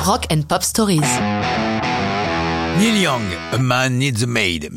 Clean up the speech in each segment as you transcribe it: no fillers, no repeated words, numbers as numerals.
Rock and Pop Stories. Neil Young, A Man Needs a Maid,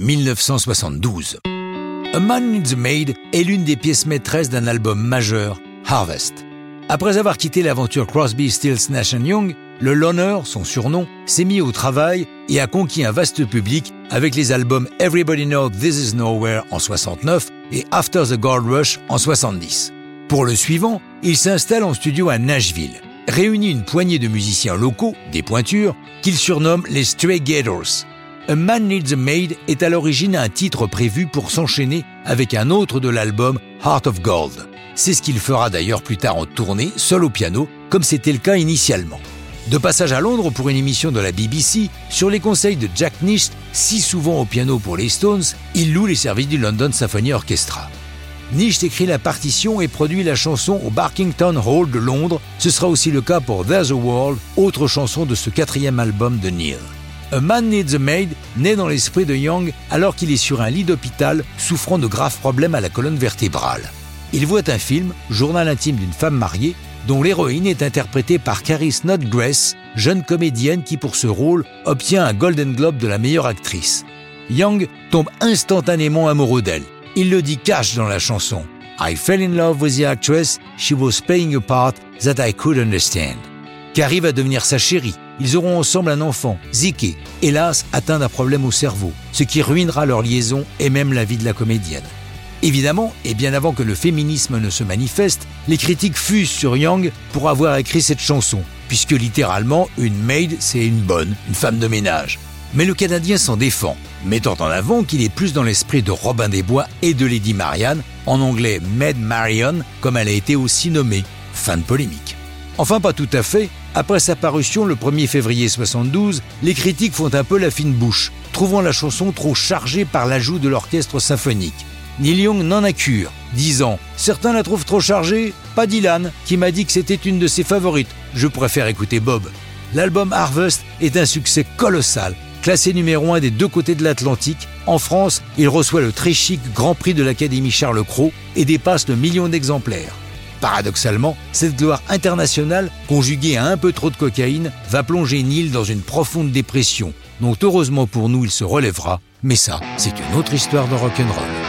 1972. A Man Needs a Maid est l'une des pièces maîtresses d'un album majeur, Harvest. Après avoir quitté l'aventure Crosby, Stills, Nash & Young, le Loner, son surnom, s'est mis au travail et a conquis un vaste public avec les albums Everybody Knows This Is Nowhere en 69 et After the Gold Rush en 70. Pour le suivant, il s'installe en studio à Nashville, réunit une poignée de musiciens locaux, des pointures, qu'il surnomme les Stray Gators. A Man Needs a Maid est à l'origine un titre prévu pour s'enchaîner avec un autre de l'album Heart of Gold. C'est ce qu'il fera d'ailleurs plus tard en tournée, seul au piano, comme c'était le cas initialement. De passage à Londres pour une émission de la BBC, sur les conseils de Jack Nish, si souvent au piano pour les Stones, il loue les services du London Symphony Orchestra. Nish écrit la partition et produit la chanson au Barkington Hall de Londres. Ce sera aussi le cas pour There's a World, autre chanson de ce 4e album de Neil. A Man Needs a Maid naît dans l'esprit de Young alors qu'il est sur un lit d'hôpital souffrant de graves problèmes à la colonne vertébrale. Il voit un film, Journal intime d'une femme mariée, dont l'héroïne est interprétée par Carrie Snodgrass, jeune comédienne qui pour ce rôle obtient un Golden Globe de la meilleure actrice. Young tombe instantanément amoureux d'elle. Il le dit cash dans la chanson. I fell in love with the actress, she was playing a part that I could understand. Carrie va devenir sa chérie. Ils auront ensemble un enfant, Zeke, hélas atteint d'un problème au cerveau, ce qui ruinera leur liaison et même la vie de la comédienne. Évidemment, et bien avant que le féminisme ne se manifeste, les critiques fusent sur Young pour avoir écrit cette chanson, puisque littéralement, une maid, c'est une bonne, une femme de ménage. Mais le Canadien s'en défend, mettant en avant qu'il est plus dans l'esprit de Robin des Bois et de Lady Marianne, en anglais Maid Marian, comme elle a été aussi nommée. Fin de polémique. Enfin, pas tout à fait. Après sa parution le 1er février 72, les critiques font un peu la fine bouche, trouvant la chanson trop chargée par l'ajout de l'orchestre symphonique. Neil Young n'en a cure, disant « Certains la trouvent trop chargée, pas Dylan, qui m'a dit que c'était une de ses favorites. Je préfère écouter Bob. » L'album Harvest est un succès colossal, classé numéro 1 des deux côtés de l'Atlantique. En France, il reçoit le très chic Grand Prix de l'Académie Charles Cros et dépasse le 1 million d'exemplaires. Paradoxalement, cette gloire internationale, conjuguée à un peu trop de cocaïne, va plonger Neil dans une profonde dépression, dont heureusement pour nous il se relèvera, mais ça, c'est une autre histoire de rock'n'roll.